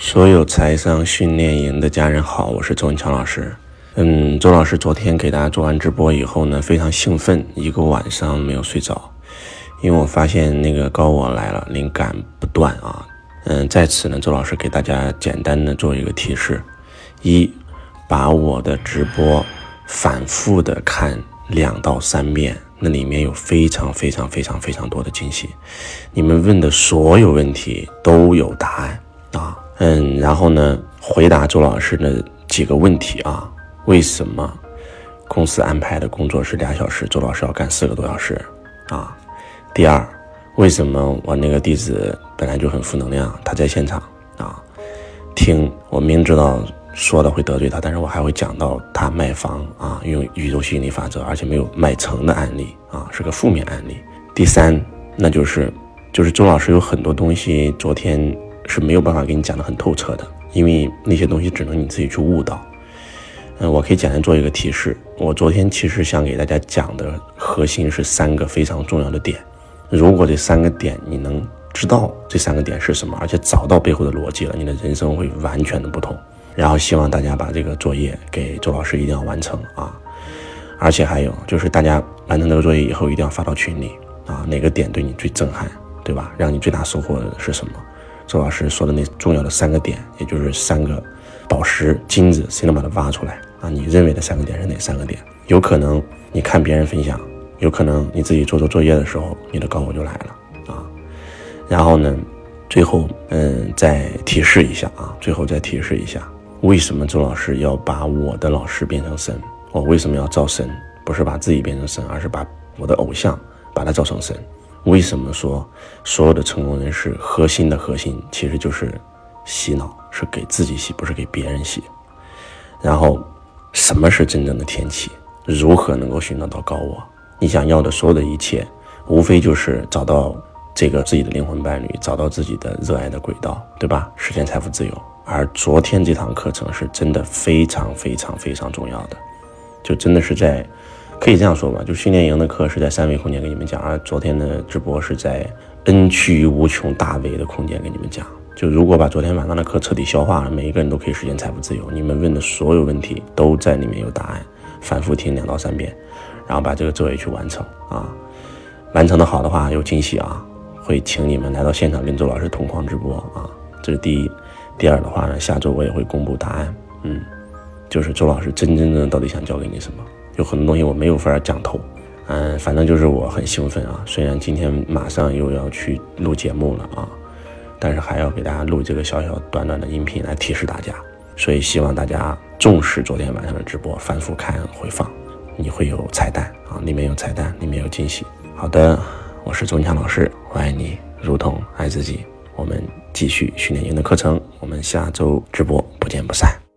所有财商训练营的家人好，我是周文强老师。周老师昨天给大家做完直播以后呢，非常兴奋，一个晚上没有睡着，因为我发现那个高我来了，灵感不断啊。在此呢，周老师给大家简单的做一个提示：一，把我的直播反复的看2到3遍，那里面有非常多的惊喜，你们问的所有问题都有答案啊。然后呢，回答周老师的几个问题啊，为什么公司安排的工作是2小时，周老师要干4个多小时啊？第二，为什么我那个弟子本来就很负能量，他在现场啊听，我明知道说的会得罪他，但是我还会讲到他卖房啊，用宇宙吸引力法则，而且没有卖成的案例啊，是个负面案例。第三，那就是周老师有很多东西昨天是没有办法给你讲得很透彻的，因为那些东西只能你自己去悟到。我可以简单做一个提示，我昨天其实想给大家讲的核心是3个非常重要的点，如果这3个点你能知道这3个点是什么，而且找到背后的逻辑了，你的人生会完全的不同。然后希望大家把这个作业给周老师一定要完成啊！而且还有就是大家完成这个作业以后一定要发到群里啊，哪个点对你最震撼，对吧？让你最大收获的是什么？周老师说的那重要的3个点，也就是3个宝石金子，谁能把它挖出来啊？你认为的3个点是哪3个点？有可能你看别人分享，有可能你自己做作业的时候，你的高我就来了啊。然后呢，最后再提示一下啊，为什么周老师要把我的老师变成神？我为什么要造神？不是把自己变成神，而是把我的偶像把它造成神。为什么说所有的成功人士核心的核心其实就是洗脑，是给自己洗，不是给别人洗。然后什么是真正的天启？如何能够寻找到高我？你想要的所有的一切，无非就是找到这个自己的灵魂伴侣，找到自己的热爱的轨道，对吧？实现财富自由。而昨天这堂课程是真的非常重要的，就真的是可以这样说吧，就训练营的课是在3维空间给你们讲，而昨天的直播是在 N 趋于无穷大维的空间给你们讲。就如果把昨天晚上的课彻底消化了，每一个人都可以实现财富自由，你们问的所有问题都在里面有答案，反复听2到3遍，然后把这个作业去完成啊。完成的好的话有惊喜啊，会请你们来到现场跟周老师同框直播啊，这是第一。第二的话呢，下周我也会公布答案，就是周老师真正到底想教给你什么，有很多东西我没有法讲透，反正就是我很兴奋啊，虽然今天马上又要去录节目了啊，但是还要给大家录这个小短的音频来提示大家，所以希望大家重视昨天晚上的直播，反复看回放，你会有彩蛋啊，里面有彩蛋，里面有惊喜。好的，我是周文强老师，我爱你如同爱自己。我们继续训练营的课程，我们下周直播不见不散。